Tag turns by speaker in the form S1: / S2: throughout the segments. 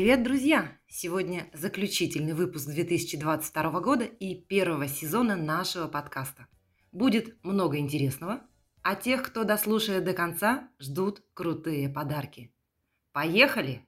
S1: Привет, друзья! Сегодня заключительный выпуск 2022 года и первого сезона нашего подкаста. Будет много интересного, а тех, кто дослушает до конца, ждут крутые подарки. Поехали!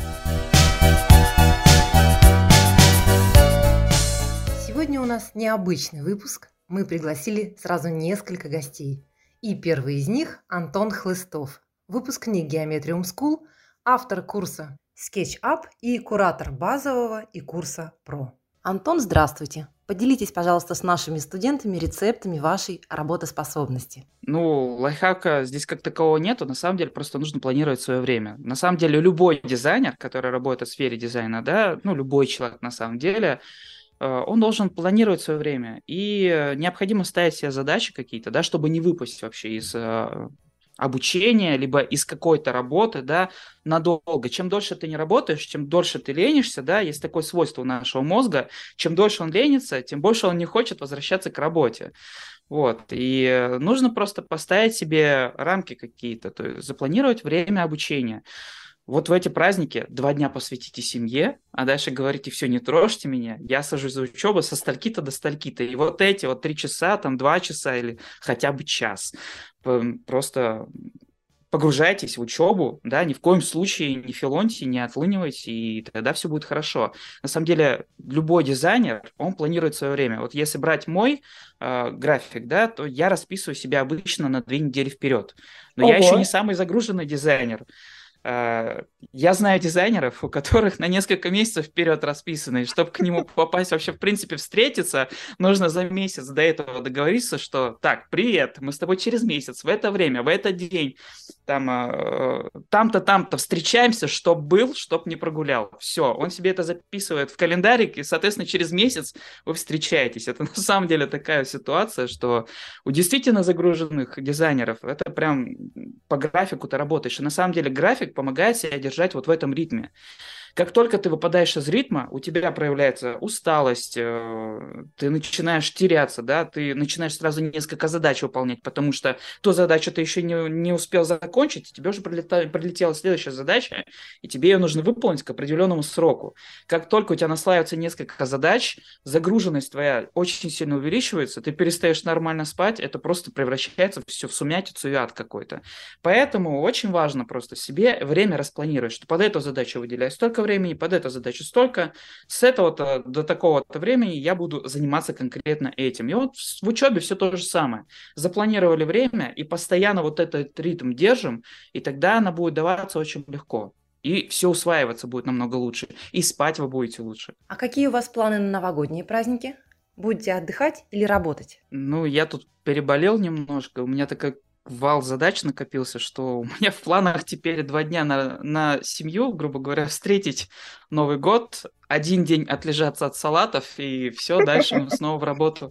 S1: Сегодня у нас необычный выпуск. Мы пригласили сразу несколько гостей. И первый из них Антон Хлыстов, выпускник Geometrium School, автор курса SketchUp и куратор базового и курса Pro. Антон, здравствуйте. Поделитесь, пожалуйста, с нашими студентами рецептами вашей работоспособности.
S2: Лайфхака здесь как такового нету. На самом деле просто нужно планировать свое время. На самом деле любой дизайнер, который работает в сфере дизайна, да, любой человек на самом деле, он должен планировать свое время. И необходимо ставить себе задачи какие-то, да, чтобы не выпасть вообще из обучения, либо из какой-то работы, да, надолго. Чем дольше ты не работаешь, чем дольше ты ленишься, да, есть такое свойство у нашего мозга, чем дольше он ленится, тем больше он не хочет возвращаться к работе. Вот, и нужно просто поставить себе рамки какие-то, то есть запланировать время обучения. Вот в эти праздники 2 дня посвятите семье, а дальше говорите: все, не трожьте меня, я сажусь за учебу со стальки-то до стальки-то. И вот эти 3 часа, 2 часа или хотя бы час просто погружайтесь в учебу, да, ни в коем случае не филоньте, не отлынивайте, и тогда все будет хорошо. На самом деле, любой дизайнер, он планирует свое время. Вот если брать мой график, да, то я расписываю себя обычно на 2 недели вперед. Но я еще не
S1: Ого!
S2: самый загруженный дизайнер. Я знаю дизайнеров, у которых на несколько месяцев вперед расписаны. И чтобы к нему попасть, вообще, в принципе, встретиться, нужно за месяц до этого договориться, что так, привет, мы с тобой через месяц, в это время, в этот день, там-то, там-то встречаемся, чтоб был, чтоб не прогулял. Все, он себе это записывает в календарик, и, соответственно, через месяц вы встречаетесь. Это на самом деле такая ситуация, что у действительно загруженных дизайнеров это прям по графику ты работаешь. И на самом деле график помогает себя держать вот в этом ритме. Как только ты выпадаешь из ритма, у тебя проявляется усталость, ты начинаешь теряться, да, ты начинаешь сразу несколько задач выполнять, потому что ту задачу ты еще не успел закончить, тебе уже прилетела следующая задача, и тебе ее нужно выполнить к определенному сроку. Как только у тебя наслаивается несколько задач, загруженность твоя очень сильно увеличивается, ты перестаешь нормально спать, это просто превращается все в сумятицу и ад какой-то. Поэтому очень важно просто себе время распланировать, что под эту задачу выделяю столько времени, под эту задачу столько, с этого-то до такого-то времени я буду заниматься конкретно этим. И вот в учебе все то же самое. Запланировали время и постоянно вот этот ритм держим, и тогда она будет даваться очень легко. И все усваиваться будет намного лучше, и спать вы будете лучше.
S1: А какие у вас планы на новогодние праздники? Будете отдыхать или работать?
S2: Я тут переболел немножко, у меня такая вал задач накопился, что у меня в планах теперь 2 дня на семью, грубо говоря, встретить Новый год, 1 день отлежаться от салатов, и все, дальше мы снова в работу.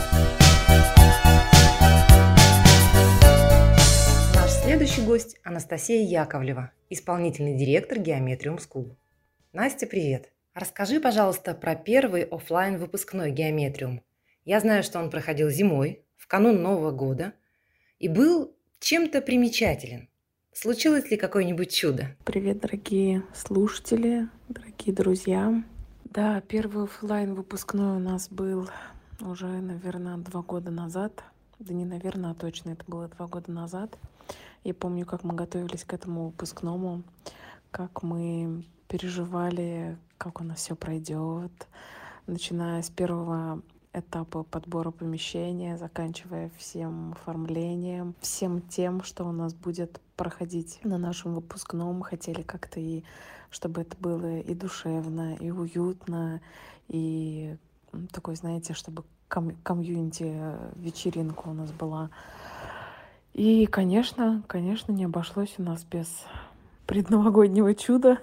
S1: Наш следующий гость – Анастасия Яковлева, исполнительный директор Geometrium School. Настя, привет! Расскажи, пожалуйста, про первый офлайн выпускной Geometrium. Я знаю, что он проходил зимой, в канун Нового года, и был чем-то примечателен. Случилось ли какое-нибудь чудо?
S3: Привет, дорогие слушатели, дорогие друзья. Да, первый офлайн выпускной у нас был уже, наверное, 2 года назад. Да не наверное, а точно, это было 2 года назад. Я помню, как мы готовились к этому выпускному, как мы переживали, как у нас все пройдет, начиная с первого этапа подбора помещения, заканчивая всем оформлением, всем тем, что у нас будет проходить на нашем выпускном. Хотели как-то чтобы это было и душевно, и уютно, и такой, знаете, чтобы комьюнити-вечеринка у нас была. И, конечно, не обошлось у нас без предновогоднего чуда.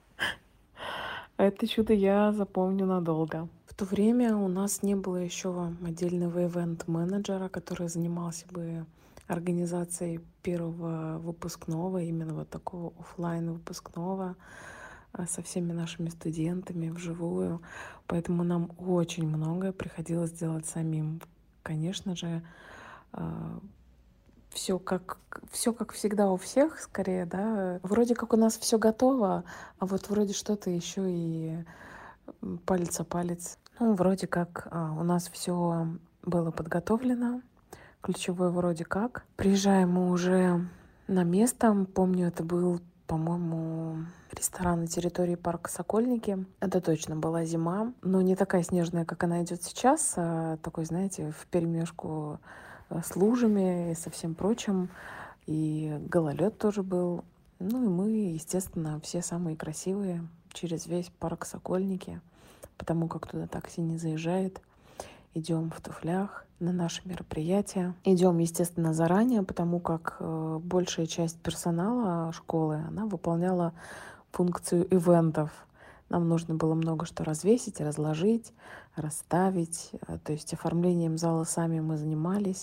S3: Это чудо я запомню надолго. В то время у нас не было еще отдельного ивент-менеджера, который занимался бы организацией первого выпускного, именно вот такого офлайн выпускного со всеми нашими студентами вживую. Поэтому нам очень многое приходилось делать самим. Конечно же, все как всегда у всех, скорее, да. Вроде как у нас все готово, а вот вроде что-то еще и палец о палец. Ну, вроде как у нас все было подготовлено. Ключевое вроде как. Приезжаем мы уже на место. Помню, это был, по-моему, ресторан на территории парка Сокольники. Это точно была зима, но не такая снежная, как она идет сейчас, а такой, знаете, вперемешку с лужами и со всем прочим. И гололед тоже был. Ну и мы, естественно, все самые красивые через весь парк Сокольники, потому как туда такси не заезжает. Идем в туфлях на наше мероприятие. Идем, естественно, заранее, потому как большая часть персонала школы, она выполняла функцию ивентов. Нам нужно было много что развесить, разложить, расставить. То есть оформлением зала сами мы занимались.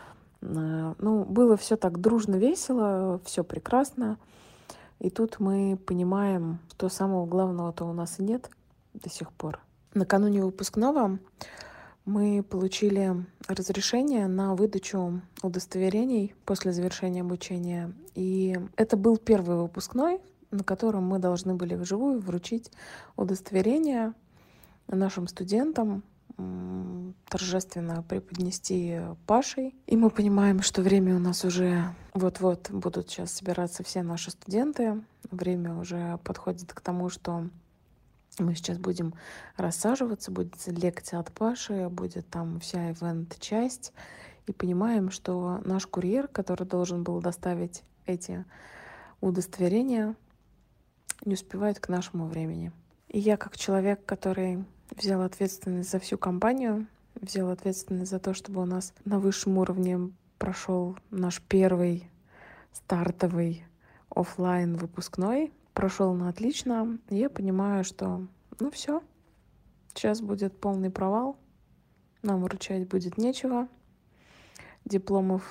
S3: Ну, было все так дружно, весело, все прекрасно. И тут мы понимаем, что самого главного-то у нас и нет до сих пор. Накануне выпускного мы получили разрешение на выдачу удостоверений после завершения обучения. И это был первый выпускной, на котором мы должны были вживую вручить удостоверение нашим студентам, торжественно преподнести Пашей. И мы понимаем, что время у нас уже вот-вот будут сейчас собираться все наши студенты. Время уже подходит к тому, что мы сейчас будем рассаживаться, будет лекция от Паши, будет там вся ивент-часть. И понимаем, что наш курьер, который должен был доставить эти удостоверения, не успевает к нашему времени. И я, как человек, который взял ответственность за всю компанию, взял ответственность за то, чтобы у нас на высшем уровне прошел наш первый стартовый офлайн выпускной, прошел на отлично. И я понимаю, что ну все, сейчас будет полный провал, нам вручать будет нечего. Дипломов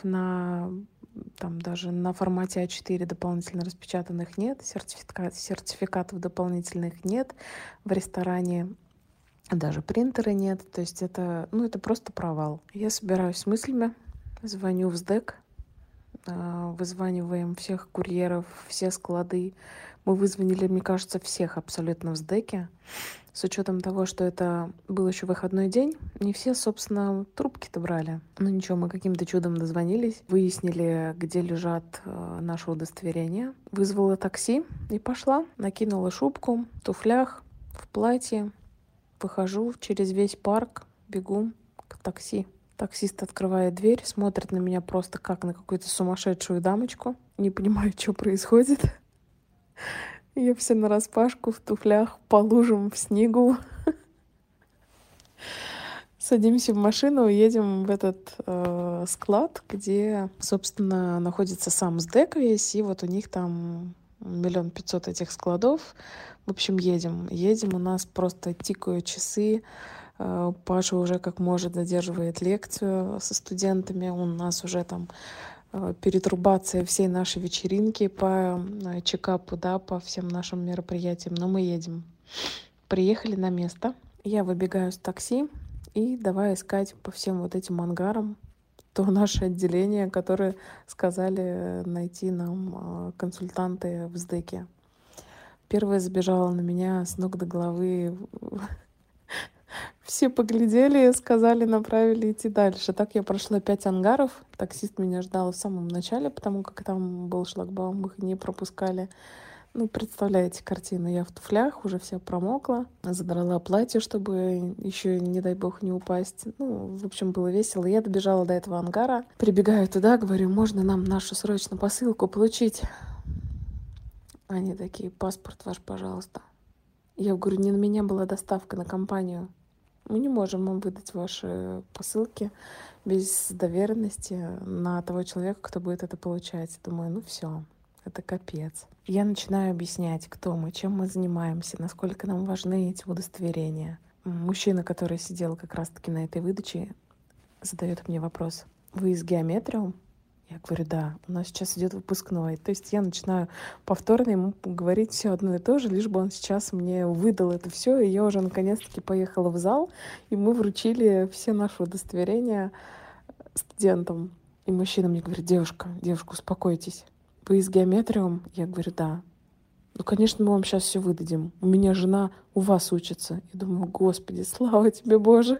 S3: там даже на формате А4 дополнительно распечатанных нет, сертификатов дополнительных нет, в ресторане даже принтера нет. То есть это просто провал. Я собираюсь с мыслями, звоню в СДЭК, вызваниваем всех курьеров, все склады. Мы вызвонили, мне кажется, всех абсолютно в СДЭКе. С учетом того, что это был еще выходной день, не все, собственно, трубки-то брали. Ну ничего, мы каким-то чудом дозвонились, выяснили, где лежат наши удостоверения. Вызвала такси и пошла. Накинула шубку, в туфлях, в платье. Выхожу через весь парк, бегу к такси. Таксист открывает дверь, смотрит на меня просто как на какую-то сумасшедшую дамочку. Не понимаю, что происходит. Я вся нараспашку, в туфлях, по лужам, в снегу. Садимся в машину, едем в этот склад, где, собственно, находится сам СДЭК весь, и вот у них там 1 500 000 этих складов. В общем, едем. У нас просто тикают часы. Паша уже как может задерживает лекцию со студентами. У нас уже там перетрубация всей нашей вечеринки по чекапу, да, по всем нашим мероприятиям. Но мы едем. Приехали на место. Я выбегаю с такси и давай искать по всем вот этим ангарам то наше отделение, которое сказали найти нам консультанты в СДЭКе. Первая забежала на меня с ног до головы. Все поглядели, сказали, направили идти дальше. Так я прошла 5 ангаров. Таксист меня ждал в самом начале, потому как там был шлагбаум, их не пропускали. Ну, представляете картину. Я в туфлях, уже вся промокла. Задрала платье, чтобы еще, не дай бог, не упасть. Ну, в общем, было весело. Я добежала до этого ангара. Прибегаю туда, говорю, можно нам нашу срочно посылку получить? Они такие, паспорт ваш, пожалуйста. Я говорю, не на меня была доставка, на компанию. Мы не можем вам выдать ваши посылки без доверенности на того человека, кто будет это получать. Думаю, ну все, это капец. Я начинаю объяснять, кто мы, чем мы занимаемся, насколько нам важны эти удостоверения. Мужчина, который сидел как раз-таки на этой выдаче, задает мне вопрос. Вы из Геометриум? Я говорю, да, у нас сейчас идет выпускной. То есть я начинаю повторно ему говорить все одно и то же, лишь бы он сейчас мне выдал это все, и я уже наконец-таки поехала в зал, и мы вручили все наши удостоверения студентам. И мужчина мне говорит: девушка, успокойтесь. Вы из геометриум? Я говорю: да. Ну, конечно, мы вам сейчас все выдадим. У меня жена у вас учится. Я думаю: Господи, слава тебе, Боже.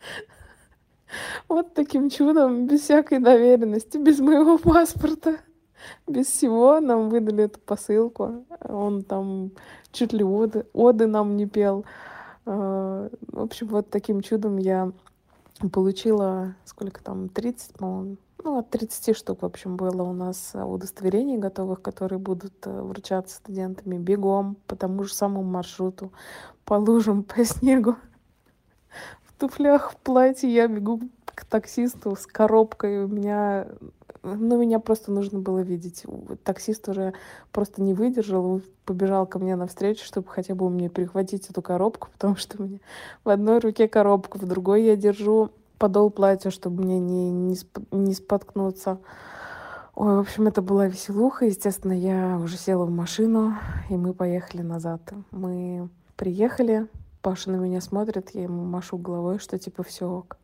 S3: Вот таким чудом, без всякой доверенности, без моего паспорта, без всего нам выдали эту посылку. Он там чуть ли оды нам не пел. В общем, вот таким чудом я получила, сколько там, 30, по-моему, ну, от 30 штук, в общем, было у нас удостоверений готовых, которые будут вручаться студентами бегом по тому же самому маршруту, по лужам, по снегу. В туфлях, в платье я бегу к таксисту с коробкой. Меня просто нужно было видеть. Таксист уже просто не выдержал, он побежал ко мне навстречу, чтобы хотя бы мне перехватить эту коробку, потому что у меня в одной руке коробка, в другой я держу подол платья, чтобы мне не споткнуться. Ой, в общем, это была веселуха. Естественно, я уже села в машину, и мы поехали назад. Мы приехали, Паша на меня смотрит, я ему машу головой, что типа все ок.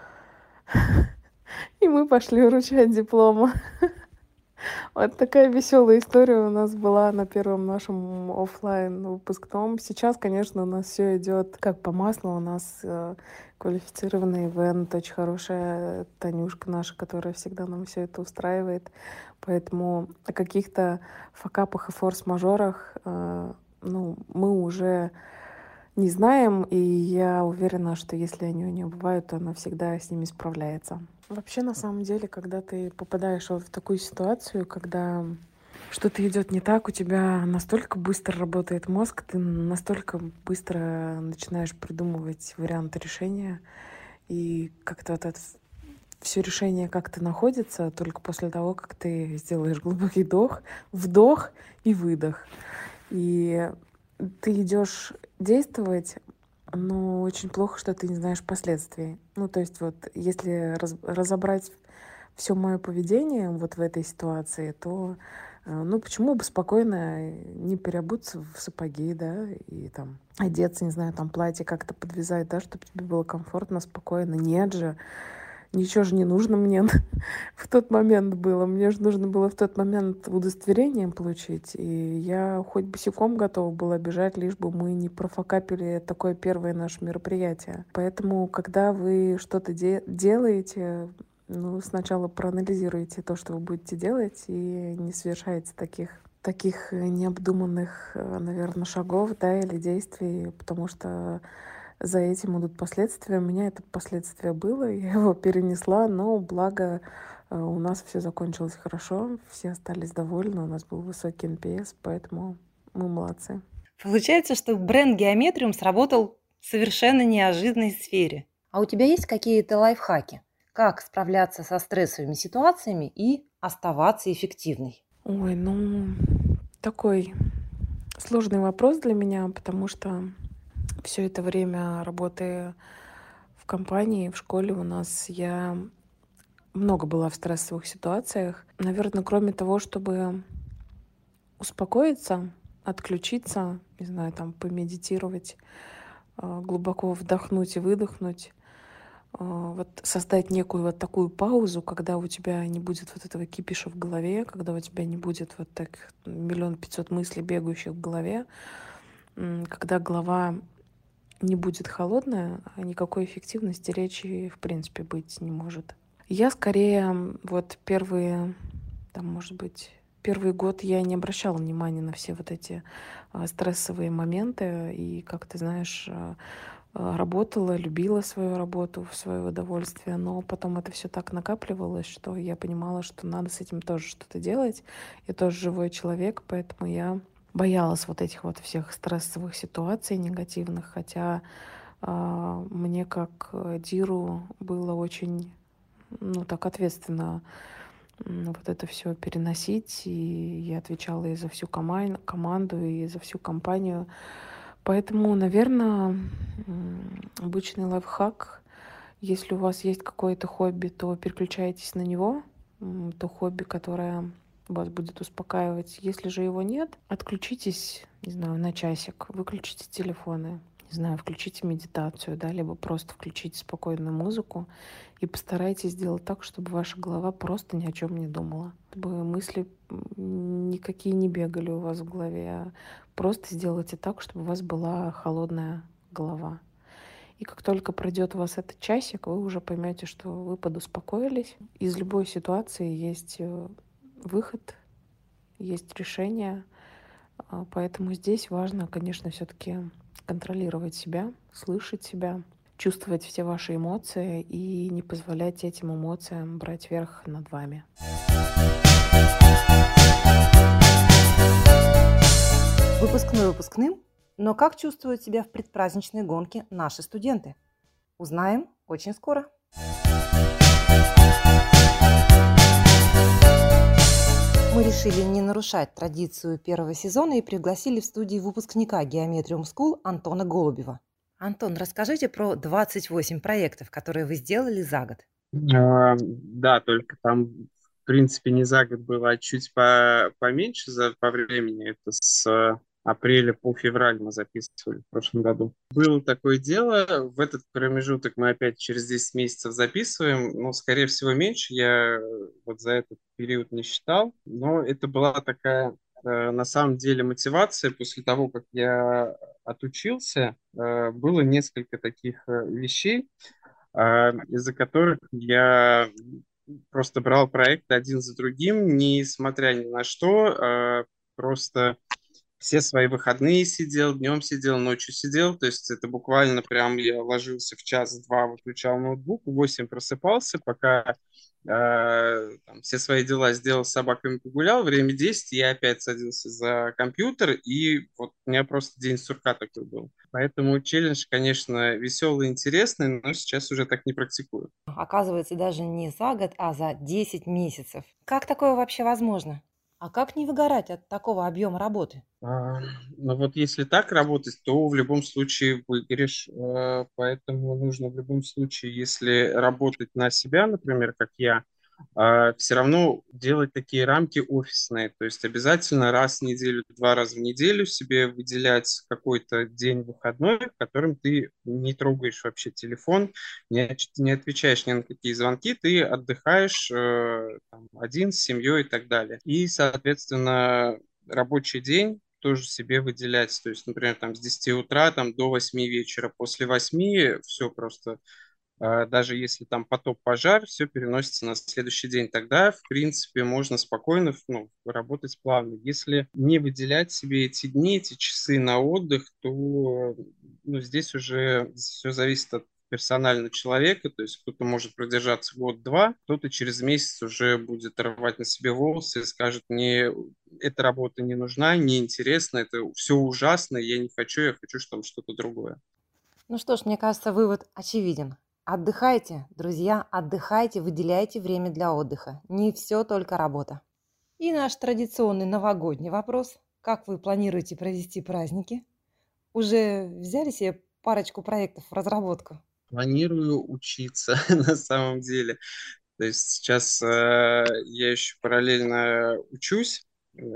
S3: И мы пошли вручать дипломы. Вот такая веселая история у нас была на первом нашем оффлайн выпускном. Сейчас, конечно, у нас все идет как по маслу. У нас квалифицированный ивент, очень хорошая Танюшка наша, которая всегда нам все это устраивает. Поэтому о каких-то факапах и форс-мажорах мы уже не знаем, и я уверена, что если они у нее бывают, то она всегда с ними справляется. Вообще, на самом деле, когда ты попадаешь вот в такую ситуацию, когда что-то идет не так, у тебя настолько быстро работает мозг, ты настолько быстро начинаешь придумывать варианты решения, и как-то вот это все решение как-то находится только после того, как ты сделаешь глубокий вдох и выдох. И ты идешь действовать, но очень плохо, что ты не знаешь последствий. Ну, то есть вот если разобрать все мое поведение вот в этой ситуации, то почему бы спокойно не переобуться в сапоги, да, и там одеться, не знаю, там платье как-то подвязать, да, чтобы тебе было комфортно, спокойно. Нет же, ничего же не нужно мне в тот момент было. Мне же нужно было в тот момент удостоверение получить. И я хоть босиком готова была бежать, лишь бы мы не профокапили такое первое наше мероприятие. Поэтому, когда вы что-то делаете, сначала проанализируйте то, что вы будете делать, и не совершайте таких необдуманных, наверное, шагов, да, или действий, потому что за этим идут последствия. У меня это последствие было, я его перенесла, но благо у нас все закончилось хорошо, все остались довольны, у нас был высокий NPS, поэтому мы молодцы.
S1: Получается, что бренд Geometrium сработал в совершенно неожиданной сфере. А у тебя есть какие-то лайфхаки? Как справляться со стрессовыми ситуациями и оставаться эффективной?
S3: Ой, такой сложный вопрос для меня, потому что все это время работая в компании, в школе у нас, я много была в стрессовых ситуациях. Наверное, кроме того, чтобы успокоиться, отключиться, не знаю, там, помедитировать, глубоко вдохнуть и выдохнуть, вот создать некую вот такую паузу, когда у тебя не будет вот этого кипиша в голове, когда у тебя не будет вот так 1 500 000 мыслей, бегающих в голове, когда голова не будет холодная, а никакой эффективности речи в принципе быть не может. Я скорее вот первый год я не обращала внимания на все вот эти стрессовые моменты, и, как ты знаешь, работала, любила свою работу в свое удовольствие, но потом это все так накапливалось, что я понимала, что надо с этим тоже что-то делать. Я тоже живой человек, поэтому я боялась вот этих вот всех стрессовых ситуаций негативных, хотя мне как диру было очень, так ответственно вот это все переносить, и я отвечала и за всю команду, и за всю компанию. Поэтому, наверное, обычный лайфхак: если у вас есть какое-то хобби, то переключайтесь на него, то хобби, которое вас будет успокаивать. Если же его нет, отключитесь, не знаю, на часик, выключите телефоны, не не знаю, включите медитацию, да, либо просто включите спокойную музыку и постарайтесь сделать так, чтобы ваша голова просто ни о чем не думала. Чтобы мысли никакие не бегали у вас в голове, а просто сделайте так, чтобы у вас была холодная голова. И как только пройдет у вас этот часик, вы уже поймете, что вы подуспокоились. Из любой ситуации есть выход, есть решение. Поэтому здесь важно, конечно, все-таки контролировать себя, слышать себя, чувствовать все ваши эмоции и не позволять этим эмоциям брать верх над вами.
S1: Выпускной выпускным, но как чувствуют себя в предпраздничной гонке наши студенты? Узнаем очень скоро. Мы решили не нарушать традицию первого сезона и пригласили в студии выпускника Geometrium School Антона Голубева. Антон, расскажите про 28 проектов, которые вы сделали за год.
S4: Да, только там, в принципе, не за год было, а чуть поменьше по времени. Это с апреля по февраль мы записывали в прошлом году. Было такое дело, в этот промежуток мы опять через 10 месяцев записываем, но, скорее всего, меньше, я вот за этот период не считал, но это была такая, на самом деле, мотивация после того, как я отучился, было несколько таких вещей, из-за которых я просто брал проекты один за другим, несмотря ни на что, просто все свои выходные сидел, днем сидел, ночью сидел, то есть это буквально прям я ложился в час-два, выключал ноутбук, в 8 просыпался, пока там, все свои дела сделал, с собаками погулял, время 10, я опять садился за компьютер, и вот у меня просто день сурка такой был. Поэтому челлендж, конечно, веселый, интересный, но сейчас уже так не практикую.
S1: Оказывается, даже не за год, а за 10 месяцев. Как такое вообще возможно? А как не выгорать от такого объема работы?
S4: Ну вот если так работать, то в любом случае выгоришь, поэтому нужно в любом случае, если работать на себя, например, как я, все равно делать такие рамки офисные, то есть обязательно раз в неделю, 2 раза в неделю себе выделять какой-то день выходной, в котором ты не трогаешь вообще телефон, не отвечаешь ни на какие звонки, ты отдыхаешь там, один с семьей и так далее. И, соответственно, рабочий день тоже себе выделять. То есть, например, там с 10 утра там, до 8 вечера. После 8 все просто, даже если там потоп-пожар, все переносится на следующий день. Тогда, в принципе, можно спокойно работать плавно. Если не выделять себе эти дни, эти часы на отдых, то здесь уже все зависит от персонально человека, то есть кто-то может продержаться год-два, кто-то через месяц уже будет рвать на себе волосы и скажет: мне эта работа не нужна, неинтересна, это все ужасно, я не хочу, я хочу там что-то другое.
S1: Ну что ж, мне кажется, вывод очевиден. Отдыхайте, друзья, отдыхайте, выделяйте время для отдыха. Не все только работа. И наш традиционный новогодний вопрос. Как вы планируете провести праздники? Уже взяли себе парочку проектов в разработку?
S4: Планирую учиться на самом деле. То есть сейчас я еще параллельно учусь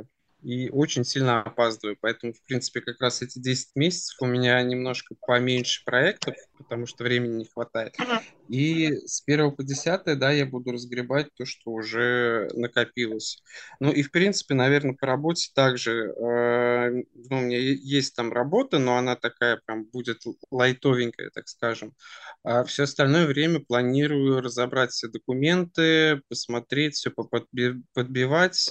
S4: и очень сильно опаздываю. Поэтому, в принципе, как раз эти 10 месяцев у меня немножко поменьше проектов, потому что времени не хватает. И с 1 по 10, да, я буду разгребать то, что уже накопилось. Ну и, в принципе, наверное, по работе также. У меня есть там работа, но она такая прям будет лайтовенькая, так скажем. А все остальное время планирую разобрать все документы, посмотреть, все подбивать,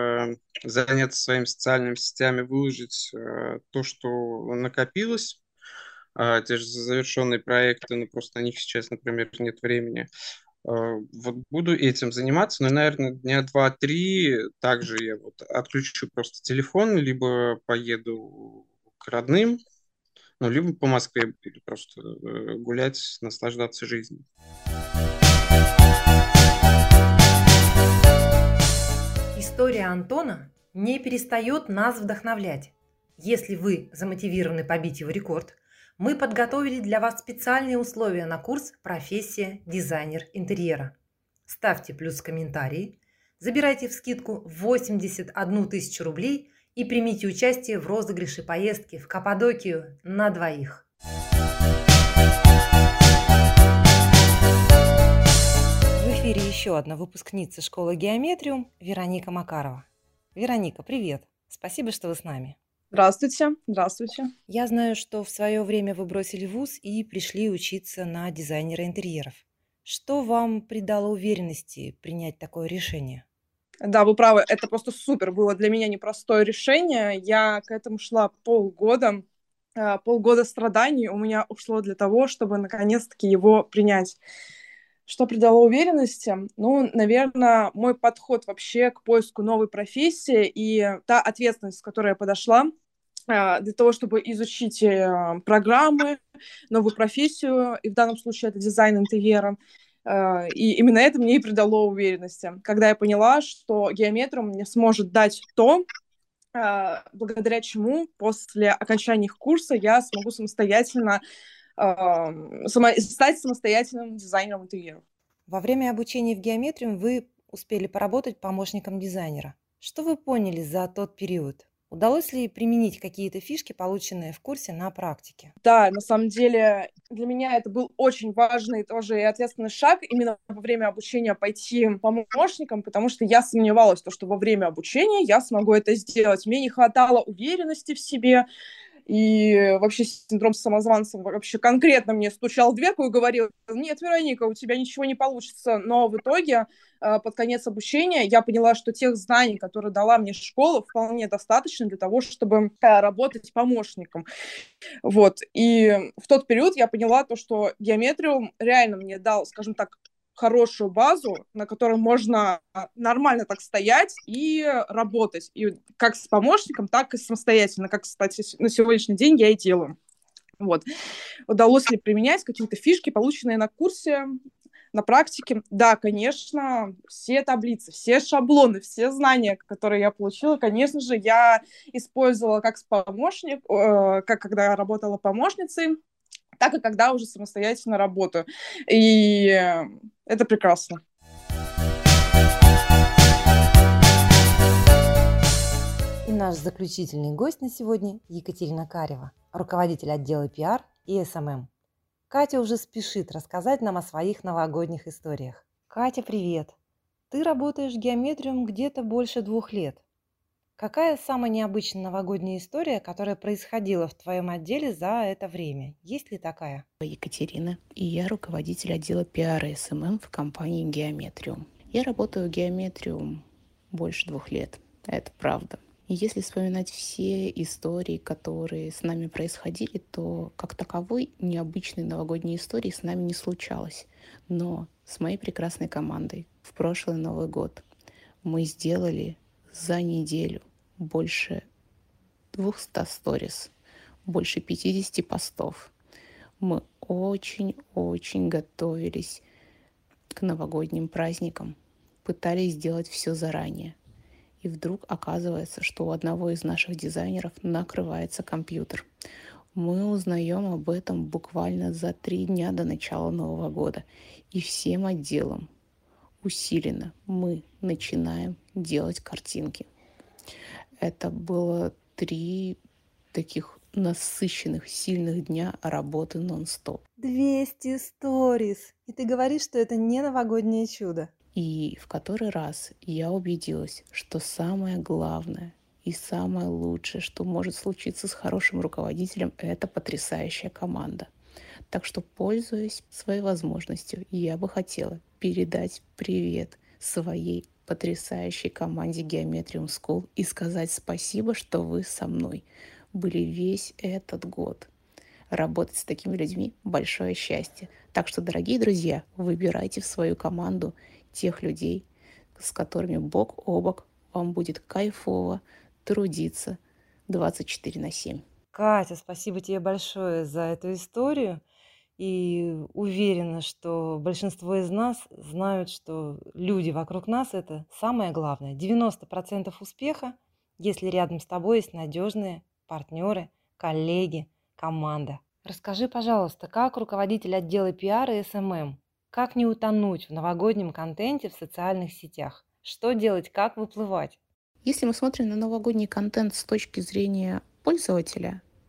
S4: заняться своими социальными сетями, выложить то, что накопилось, те же завершенные проекты, но просто на них сейчас, например, нет времени. Вот буду этим заниматься, но, наверное, дня 2-3 также я вот отключу просто телефон, либо поеду к родным, ну, либо по Москве буду просто гулять, наслаждаться жизнью.
S1: История Антона не перестает нас вдохновлять. Если вы замотивированы побить его рекорд, мы подготовили для вас специальные условия на курс «Профессия дизайнер интерьера». Ставьте плюс в комментарии, забирайте вскидку 81 тысячу рублей и примите участие в розыгрыше поездки в Каппадокию на 2. В эфире еще одна выпускница школы Геометриум Вероника Макарова. Вероника, привет! Спасибо, что вы с нами.
S5: Здравствуйте, здравствуйте.
S1: Я знаю, что в свое время вы бросили вуз и пришли учиться на дизайнера интерьеров. Что вам придало уверенности принять такое решение?
S5: Да, вы правы, это просто супер было для меня непростое решение. Я к этому шла полгода. Полгода страданий у меня ушло для того, чтобы наконец-таки его принять. Что придало уверенности? Ну, наверное, мой подход вообще к поиску новой профессии и та ответственность, с которой я подошла для того, чтобы изучить программы, новую профессию, и в данном случае это дизайн интерьера. И именно это мне и придало уверенности, когда я поняла, что Геометриум мне сможет дать то, благодаря чему после окончания их курса я смогу самостоятельно стать самостоятельным дизайнером интерьеров.
S1: Во время обучения в Геометриум вы успели поработать помощником дизайнера. Что вы поняли за тот период? Удалось ли применить какие-то фишки, полученные в курсе, на практике?
S5: Да, на самом деле для меня это был очень важный тоже и ответственный шаг именно во время обучения пойти помощником, потому что я сомневалась, что во время обучения я смогу это сделать. Мне не хватало уверенности в себе, и вообще синдром самозванца вообще конкретно мне стучал в дверку и говорил: нет, Вероника, у тебя ничего не получится. Но в итоге под конец обучения я поняла, что тех знаний, которые дала мне школа, вполне достаточно для того, чтобы работать помощником. Вот. И в тот период я поняла то, что Геометриум реально мне дал, скажем так, хорошую базу, на которой можно нормально так стоять и работать. И как с помощником, так и самостоятельно, как, кстати, на сегодняшний день я и делаю. Вот. Удалось ли применять какие-то фишки, полученные на курсе, на практике? Да, конечно, все таблицы, все шаблоны, все знания, которые я получила, конечно же, я использовала как помощник, как когда я работала помощницей, так и когда уже самостоятельно работаю. И это прекрасно.
S1: И наш заключительный гость на сегодня Екатерина Карева, руководитель отдела PR и SMM. Катя уже спешит рассказать нам о своих новогодних историях. Катя, привет! Ты работаешь в Геометриум где-то больше 2 лет. Какая самая необычная новогодняя история, которая происходила в твоем отделе за это время? Есть ли такая?
S3: Екатерина, и я руководитель отдела PR и SMM в компании Геометриум. Я работаю в Геометриум больше 2 лет, это правда. И если вспоминать все истории, которые с нами происходили, то как таковой необычной новогодней истории с нами не случалось. Но с моей прекрасной командой в прошлый Новый год мы сделали за неделю больше 200 сторис, больше 50 постов. Мы очень-очень готовились к новогодним праздникам, пытались сделать все заранее. И вдруг оказывается, что у одного из наших дизайнеров накрывается компьютер. Мы узнаем об этом буквально за 3 дня до начала Нового года. И всем отделом усиленно мы начинаем делать картинки. Это было 3 таких насыщенных, сильных дня работы нон-стоп.
S1: 200 сторис! И ты говоришь, что это не новогоднее чудо.
S3: И в который раз я убедилась, что самое главное и самое лучшее, что может случиться с хорошим руководителем, это потрясающая команда. Так что, пользуясь своей возможностью, я бы хотела передать привет своей потрясающей команде Geometrium School и сказать спасибо, что вы со мной были весь этот год. Работать с такими людьми – большое счастье. Так что, дорогие друзья, выбирайте в свою команду тех людей, с которыми бок о бок вам будет кайфово трудиться 24/7.
S1: Катя, спасибо тебе большое за эту историю. И уверена, что большинство из нас знают, что люди вокруг нас – это самое главное. 90% успеха, если рядом с тобой есть надежные партнеры, коллеги, команда. Расскажи, пожалуйста, как руководитель отдела PR и SMM, как не утонуть в новогоднем контенте в социальных сетях? Что делать, как выплывать?
S3: Если мы смотрим на новогодний контент с точки зрения пользователя,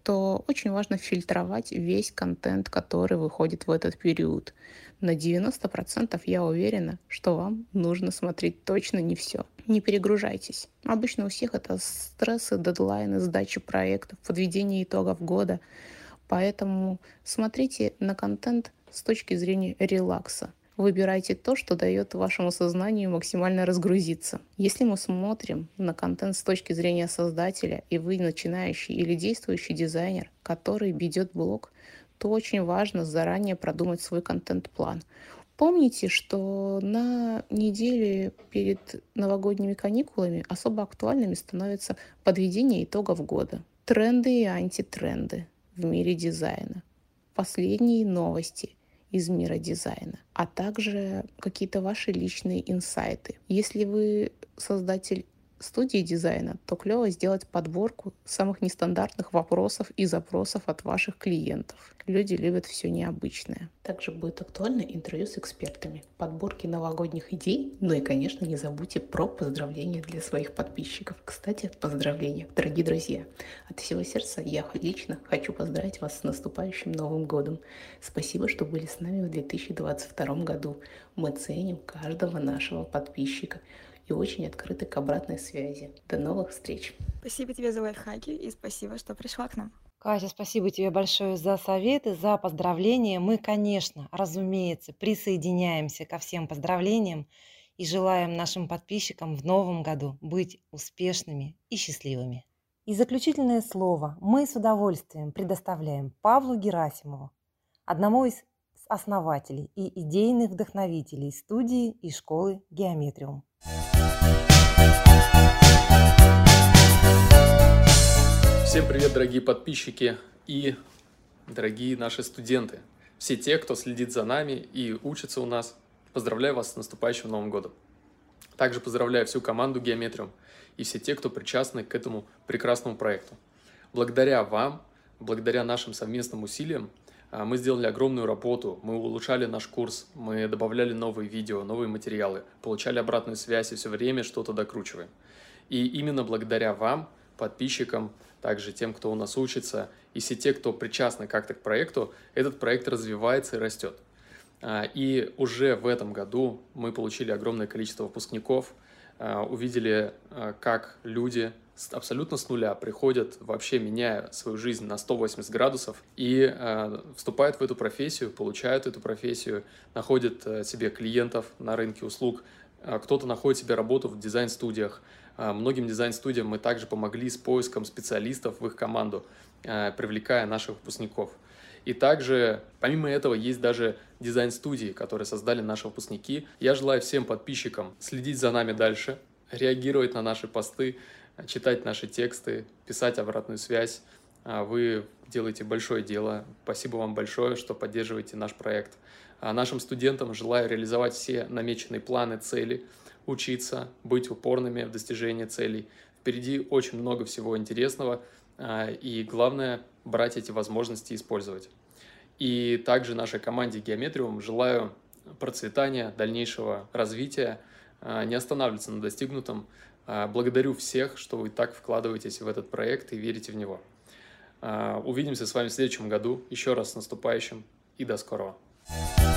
S3: что очень важно фильтровать весь контент, который выходит в этот период. На 90% я уверена, что вам нужно смотреть точно не все. Не перегружайтесь. Обычно у всех это стрессы, дедлайны, сдача проектов, подведение итогов года. Поэтому смотрите на контент с точки зрения релакса. Выбирайте то, что дает вашему сознанию максимально разгрузиться. Если мы смотрим на контент с точки зрения создателя, и вы начинающий или действующий дизайнер, который ведет блог, то очень важно заранее продумать свой контент-план. Помните, что на неделе перед новогодними каникулами особо актуальными становится подведение итогов года, тренды и антитренды в мире дизайна, последние новости из мира дизайна, а также какие-то ваши личные инсайты. Если вы создатель студии дизайна, то клево сделать подборку самых нестандартных вопросов и запросов от ваших клиентов. Люди любят все необычное. Также будет актуально интервью с экспертами, подборки новогодних идей, ну и, конечно, не забудьте про поздравления для своих подписчиков. Кстати, поздравления, дорогие друзья. От всего сердца я лично хочу поздравить вас с наступающим Новым годом. Спасибо, что были с нами в 2022 году. Мы ценим каждого нашего подписчика и очень открыты к обратной связи. До новых встреч!
S6: Спасибо тебе за лайфхаки и спасибо, что пришла к нам.
S1: Катя, спасибо тебе большое за советы, за поздравления. Мы, конечно, разумеется, присоединяемся ко всем поздравлениям и желаем нашим подписчикам в новом году быть успешными и счастливыми. И заключительное слово мы с удовольствием предоставляем Павлу Герасимову, одному из основателей и идейных вдохновителей студии и школы Geometrium.
S7: Всем привет, дорогие подписчики и дорогие наши студенты. Все те, кто следит за нами и учится у нас, поздравляю вас с наступающим Новым годом. Также поздравляю всю команду Geometrium и все те, кто причастны к этому прекрасному проекту. Благодаря вам, благодаря нашим совместным усилиям, мы сделали огромную работу, мы улучшали наш курс, мы добавляли новые видео, новые материалы, получали обратную связь и все время что-то докручиваем. И именно благодаря вам, подписчикам, также тем, кто у нас учится, и все те, кто причастны как-то к проекту, этот проект развивается и растет. И уже в этом году мы получили огромное количество выпускников, увидели, как люди абсолютно с нуля приходят, вообще меняя свою жизнь на 180 градусов и вступают в эту профессию, получают эту профессию, находят себе клиентов на рынке услуг, кто-то находит себе работу в дизайн-студиях. Многим дизайн-студиям мы также помогли с поиском специалистов в их команду, привлекая наших выпускников. И также, помимо этого, есть даже дизайн-студии, которые создали наши выпускники. Я желаю всем подписчикам следить за нами дальше, реагировать на наши посты, читать наши тексты, писать обратную связь. Вы делаете большое дело. Спасибо вам большое, что поддерживаете наш проект. Нашим студентам желаю реализовать все намеченные планы, цели, учиться, быть упорными в достижении целей. Впереди очень много всего интересного, и главное – брать эти возможности и использовать. И также нашей команде Geometrium желаю процветания, дальнейшего развития, не останавливаться на достигнутом. Благодарю всех, что вы так вкладываетесь в этот проект и верите в него. Увидимся с вами в следующем году. Еще раз с наступающим и до скорого.